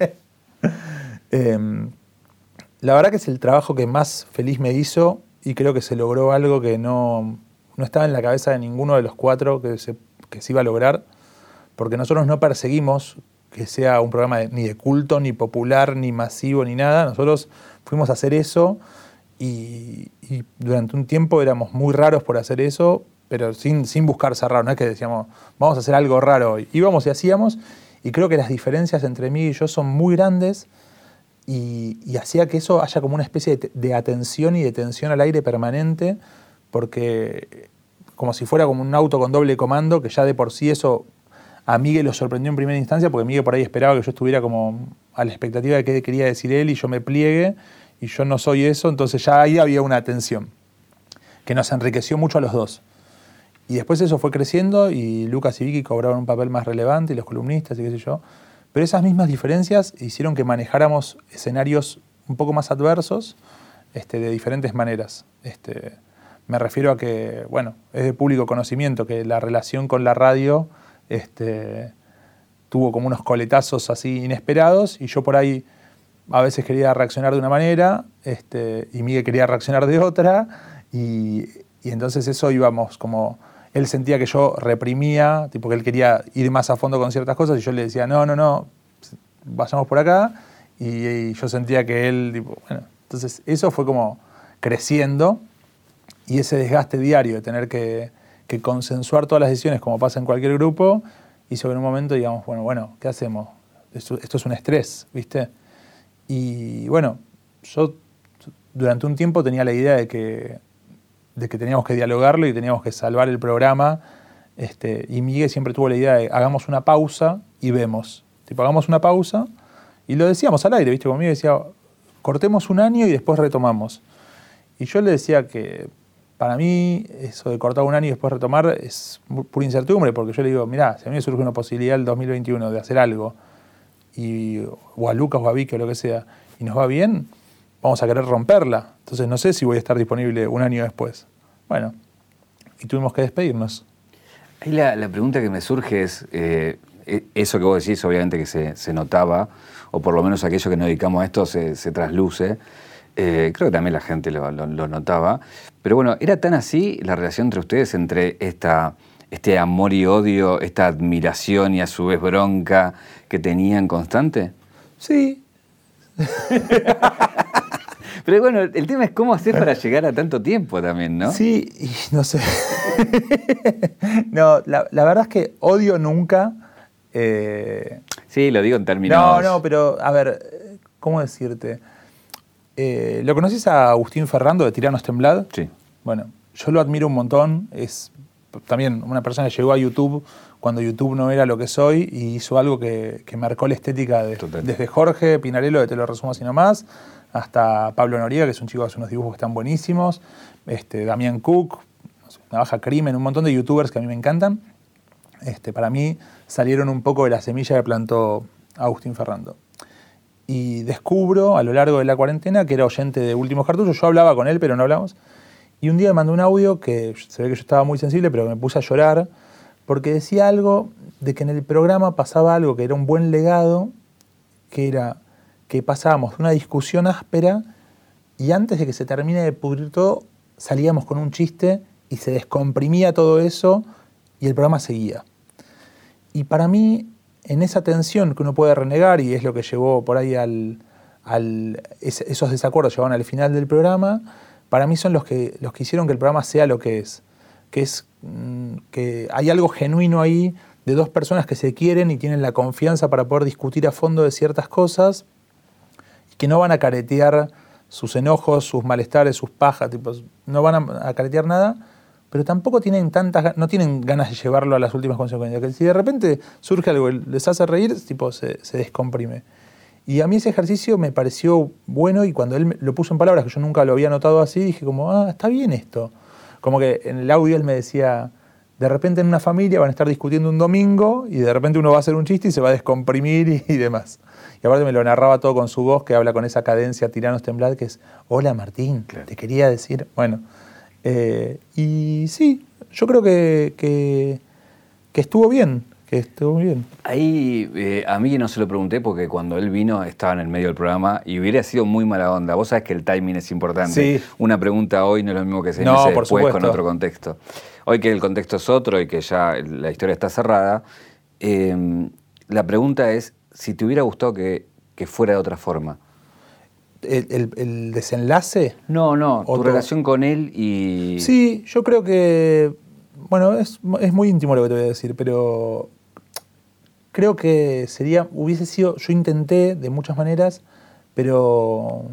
Speaker 2: eh, la verdad que es el trabajo que más feliz me hizo y creo que se logró algo que no, no estaba en la cabeza de ninguno de los cuatro que se, que se iba a lograr, porque nosotros no perseguimos que sea un programa de, ni de culto, ni popular, ni masivo, ni nada. Nosotros fuimos a hacer eso y, y durante un tiempo éramos muy raros por hacer eso, pero sin, sin buscar ser raro. No es que decíamos, vamos a hacer algo raro hoy. Íbamos y hacíamos, y creo que las diferencias entre mí y yo son muy grandes y, y hacía que eso haya como una especie de, de atención y de tensión al aire permanente, porque como si fuera como un auto con doble comando, que ya de por sí eso a Miguel lo sorprendió en primera instancia, porque Miguel por ahí esperaba que yo estuviera como a la expectativa de qué quería decir él y yo me pliegue, y yo no soy eso, entonces ya ahí había una tensión que nos enriqueció mucho a los dos. Y después eso fue creciendo y Lucas y Vicky cobraron un papel más relevante y los columnistas y qué sé yo. Pero esas mismas diferencias hicieron que manejáramos escenarios un poco más adversos este, de diferentes maneras. Este, me refiero a que, bueno, es de público conocimiento que la relación con la radio este, tuvo como unos coletazos así inesperados y yo por ahí a veces quería reaccionar de una manera este, y Miguel quería reaccionar de otra y, y entonces eso íbamos como... Él sentía que yo reprimía, tipo que él quería ir más a fondo con ciertas cosas y yo le decía, no, no, no, vayamos por acá. Y, y yo sentía que él, tipo, bueno, entonces eso fue como creciendo y ese desgaste diario de tener que, que consensuar todas las decisiones como pasa en cualquier grupo hizo que en un momento digamos, bueno, bueno, ¿qué hacemos? Esto, esto es un estrés, ¿viste? Y bueno, yo durante un tiempo tenía la idea de que de que teníamos que dialogarlo y teníamos que salvar el programa. Este, y Miguel siempre tuvo la idea de hagamos una pausa y vemos. Tipo, hagamos una pausa y lo decíamos al aire, ¿viste? Conmigo decía, cortemos un año y después retomamos. Y yo le decía que para mí eso de cortar un año y después retomar es pura incertidumbre, porque yo le digo, mirá, si a mí me surge una posibilidad el dos mil veintiuno de hacer algo, y, o a Lucas o a Vicky o lo que sea, y nos va bien, vamos a querer romperla. Entonces no sé si voy a estar disponible un año después. Bueno, y tuvimos que despedirnos.
Speaker 1: Ahí la, la pregunta que me surge es, eh, eso que vos decís, obviamente que se, se notaba, o por lo menos aquello que nos dedicamos a esto se, se trasluce. Eh, creo que también la gente lo, lo, lo notaba. Pero bueno, ¿era tan así la relación entre ustedes, entre esta, este amor y odio, esta admiración y a su vez bronca que tenían constante?
Speaker 2: Sí.
Speaker 1: Pero bueno, el tema es cómo hacer para llegar a tanto tiempo también, ¿no?
Speaker 2: Sí, y no sé. No, la, la verdad es que odio nunca. Eh...
Speaker 1: Sí, lo digo en términos...
Speaker 2: No, no, pero a ver, ¿cómo decirte? Eh, ¿Lo conocés a Agustín Ferrando de Tiranos Temblad?
Speaker 1: Sí.
Speaker 2: Bueno, yo lo admiro un montón. Es también una persona que llegó a YouTube cuando YouTube no era lo que soy y hizo algo que, que marcó la estética de, desde Jorge Pinarello, de Te lo resumo así nomás, hasta Pablo Noriega, que es un chico que hace unos dibujos que están buenísimos, este, Damián Cook, no sé, Navaja Crimen, un montón de youtubers que a mí me encantan. Este, para mí salieron un poco de la semilla que plantó Agustín Ferrando. Y descubro a lo largo de la cuarentena que era oyente de Últimos Cartuchos. Yo hablaba con él, pero no hablamos. Y un día me mandó un audio que se ve que yo estaba muy sensible, pero me puse a llorar porque decía algo de que en el programa pasaba algo que era un buen legado, que era que pasábamos de una discusión áspera y antes de que se termine de pudrir todo, salíamos con un chiste y se descomprimía todo eso y el programa seguía. Y para mí, en esa tensión que uno puede renegar, y es lo que llevó por ahí al, al esos desacuerdos llevaron al final del programa, para mí son los que, los que hicieron que el programa sea lo que es. Que es mmm, que hay algo genuino ahí de dos personas que se quieren y tienen la confianza para poder discutir a fondo de ciertas cosas y que no van a caretear sus enojos, sus malestares, sus pajas, tipo, no van a, a caretear nada, pero tampoco tienen tantas, no tienen ganas de llevarlo a las últimas consecuencias. Que si de repente surge algo que les hace reír, tipo, se, se descomprime. Y a mí ese ejercicio me pareció bueno y cuando él lo puso en palabras, que yo nunca lo había notado así, dije como, ah, está bien esto. Como que en el audio él me decía, de repente en una familia van a estar discutiendo un domingo y de repente uno va a hacer un chiste y se va a descomprimir y, y demás. Y aparte me lo narraba todo con su voz, que habla con esa cadencia Tiranos Temblad, que es, hola Martín, claro. Te quería decir, bueno. Eh, y sí, yo creo que, que, que estuvo bien. Que estuvo muy bien.
Speaker 1: Ahí eh, a mí no se lo pregunté porque cuando él vino estaba en el medio del programa y hubiera sido muy mala onda. Vos sabés que el timing es importante. Sí. Una pregunta hoy no es lo mismo que seis
Speaker 2: no,
Speaker 1: meses
Speaker 2: por
Speaker 1: después
Speaker 2: supuesto.
Speaker 1: con otro contexto. Hoy que el contexto es otro y que ya la historia está cerrada, eh, la pregunta es si te hubiera gustado que, que fuera de otra forma.
Speaker 2: ¿El, el, el desenlace?
Speaker 1: No, no, tu
Speaker 2: Otro.
Speaker 1: relación con él y...
Speaker 2: Sí, yo creo que... Bueno, es, es muy íntimo lo que te voy a decir, pero... Creo que sería, hubiese sido, yo intenté de muchas maneras, pero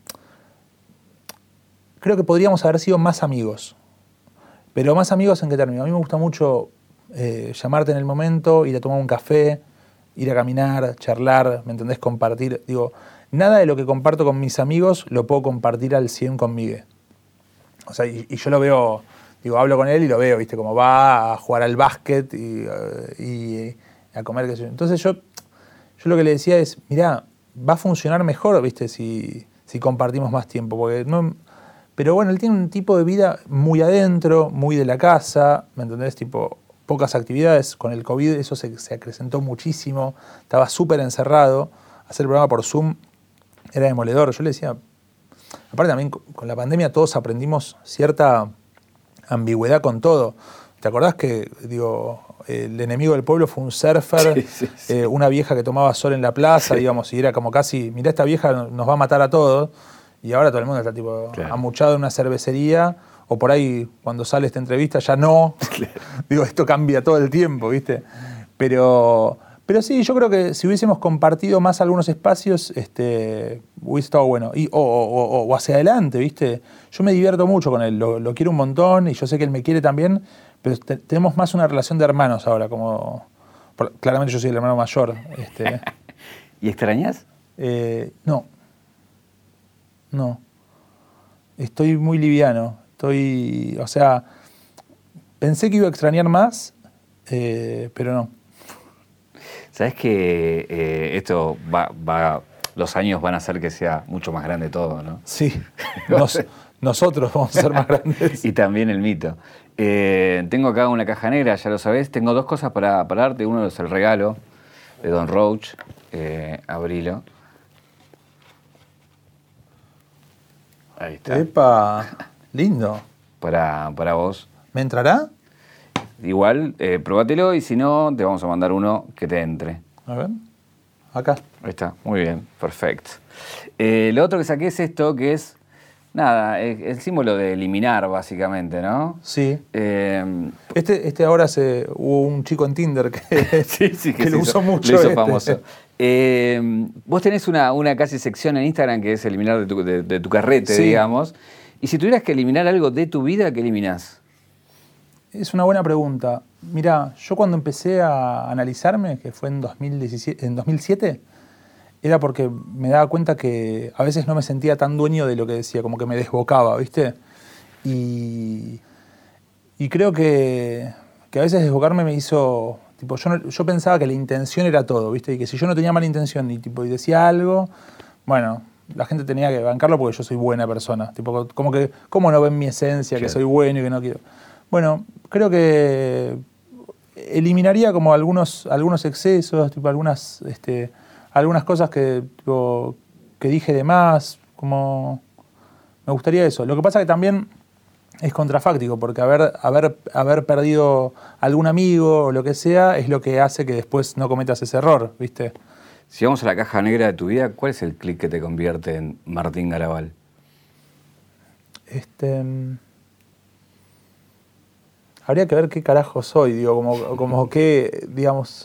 Speaker 2: creo que podríamos haber sido más amigos. Pero más amigos en qué término. A mí me gusta mucho eh, llamarte en el momento, ir a tomar un café, ir a caminar, charlar, ¿me entendés? Compartir. Digo, nada de lo que comparto con mis amigos lo puedo compartir al cien con Miguel. O sea, y, y yo lo veo, digo, hablo con él y lo veo, ¿viste? Como va a jugar al básquet y... y a comer, qué sé yo. Entonces yo, yo lo que le decía es, mirá, va a funcionar mejor, ¿viste? Si, si compartimos más tiempo. Porque no, pero bueno, él tiene un tipo de vida muy adentro, muy de la casa, ¿me entendés? Tipo, pocas actividades. Con el COVID eso se, se acrecentó muchísimo. Estaba súper encerrado. Hacer el programa por Zoom era demoledor. Yo le decía, aparte también con la pandemia todos aprendimos cierta ambigüedad con todo. ¿Te acordás que, digo, el enemigo del pueblo fue un surfer, sí, sí, sí. Eh, una vieja que tomaba sol en la plaza, sí. digamos, y era como casi, mirá, esta vieja nos va a matar a todos, y ahora todo el mundo está tipo claro. amuchado en una cervecería, o por ahí cuando sale esta entrevista ya no, claro. digo, esto cambia todo el tiempo, ¿viste? Pero, pero sí, yo creo que si hubiésemos compartido más algunos espacios, este, hubiese estado bueno, y, o, o, o hacia adelante, ¿viste? Yo me divierto mucho con él, lo, lo quiero un montón, y yo sé que él me quiere también, pero te, tenemos más una relación de hermanos ahora, como... Por, claramente yo soy el hermano mayor. Este,
Speaker 1: ¿Y extrañas?
Speaker 2: Eh, no. No. Estoy muy liviano. Estoy... O sea, pensé que iba a extrañar más, eh, pero no.
Speaker 1: ¿Sabes que eh, esto va, va... Los años van a hacer que sea mucho más grande todo, ¿no?
Speaker 2: Sí. Nos, nosotros vamos a ser más grandes.
Speaker 1: Y también el mito. Eh, tengo acá una caja negra, ya lo sabés. Tengo dos cosas para, para darte. Uno es el regalo de Don Roach. Eh, abrilo. Ahí está.
Speaker 2: ¡Epa! Lindo.
Speaker 1: Para, para vos.
Speaker 2: ¿Me entrará?
Speaker 1: Igual, eh, probátelo y si no, te vamos a mandar uno que te entre.
Speaker 2: A ver. Acá.
Speaker 1: Ahí está. Muy bien. Perfecto. Eh, lo otro que saqué es esto, que es nada, es el símbolo de eliminar, básicamente, ¿no?
Speaker 2: Sí.
Speaker 1: Eh,
Speaker 2: este, este ahora se, hubo un chico en Tinder que,
Speaker 1: sí, sí, que,
Speaker 2: que lo
Speaker 1: hizo,
Speaker 2: usó mucho.
Speaker 1: Lo hizo
Speaker 2: este.
Speaker 1: famoso. Eh, vos tenés una, una casi sección en Instagram que es eliminar de tu, de, de tu carrete, sí. digamos. Y si tuvieras que eliminar algo de tu vida, ¿qué eliminás?
Speaker 2: Es una buena pregunta. Mirá, yo cuando empecé a analizarme, que fue en, dos mil diecisiete, en dos mil siete, era porque me daba cuenta que a veces no me sentía tan dueño de lo que decía, como que me desbocaba, ¿viste? Y, y creo que, que a veces desbocarme me hizo... Tipo, yo, no, yo pensaba que la intención era todo, ¿viste? Y que si yo no tenía mala intención y, tipo, y decía algo, bueno, la gente tenía que bancarlo porque yo soy buena persona. Tipo, como que, ¿cómo no ven mi esencia, claro. que soy bueno y que no quiero? Bueno, creo que eliminaría como algunos, algunos excesos, tipo algunas, este, algunas cosas que, tipo, que dije de más, como... Me gustaría eso. Lo que pasa que también... es contrafáctico, porque haber, haber, haber perdido algún amigo o lo que sea es lo que hace que después no cometas ese error, ¿viste?
Speaker 1: Si vamos a la caja negra de tu vida, ¿cuál es el clic que te convierte en Martín Garabal?
Speaker 2: Este... Habría que ver qué carajo soy, digo, como, como qué, digamos...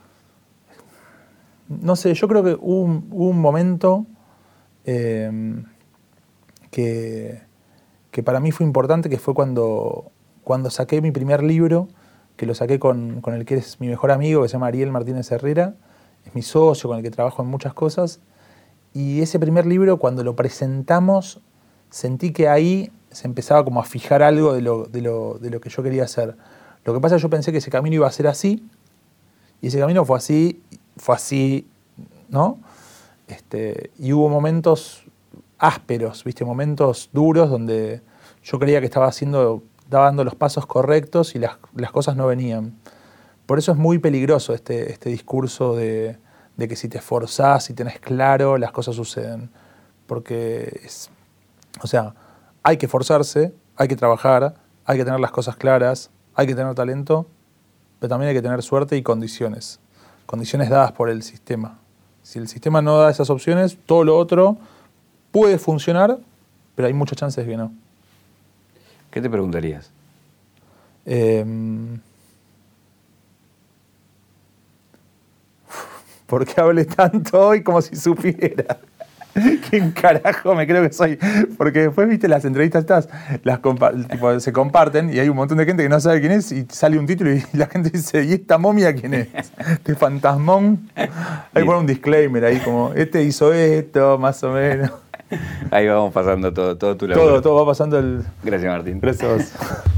Speaker 2: No sé, yo creo que hubo un, hubo un momento eh, que... que para mí fue importante, que fue cuando, cuando saqué mi primer libro, que lo saqué con, con el que es mi mejor amigo, que se llama Ariel Martínez Herrera, es mi socio, con el que trabajo en muchas cosas, y ese primer libro, cuando lo presentamos, sentí que ahí se empezaba como a fijar algo de lo, de lo, de lo que yo quería hacer. Lo que pasa es que yo pensé que ese camino iba a ser así, y ese camino fue así, fue así, ¿no? Este, y hubo momentos... ásperos, ¿viste? Momentos duros donde yo creía que estaba haciendo, estaba dando los pasos correctos y las, las cosas no venían. Por eso es muy peligroso este, este discurso de, de que si te esforzás y tenés claro, las cosas suceden. Porque es, o sea, hay que esforzarse, hay que trabajar, hay que tener las cosas claras, hay que tener talento, pero también hay que tener suerte y condiciones. Condiciones dadas por el sistema. Si el sistema no da esas opciones, todo lo otro puede funcionar, pero hay muchas chances de que no.
Speaker 1: ¿Qué te preguntarías?
Speaker 2: Eh, ¿Por qué hablé tanto hoy como si supiera? ¿Quién carajo me creo que soy? Porque después, viste, las entrevistas estas las compa- tipo, se comparten y hay un montón de gente que no sabe quién es y sale un título y la gente dice, ¿y esta momia quién es? ¿Este fantasmón? Ahí pone un disclaimer ahí como, este hizo esto, más o menos.
Speaker 1: Ahí vamos pasando todo, todo tu laburo.
Speaker 2: Todo, todo va pasando el...
Speaker 1: Gracias, Martín.
Speaker 2: Gracias a vos.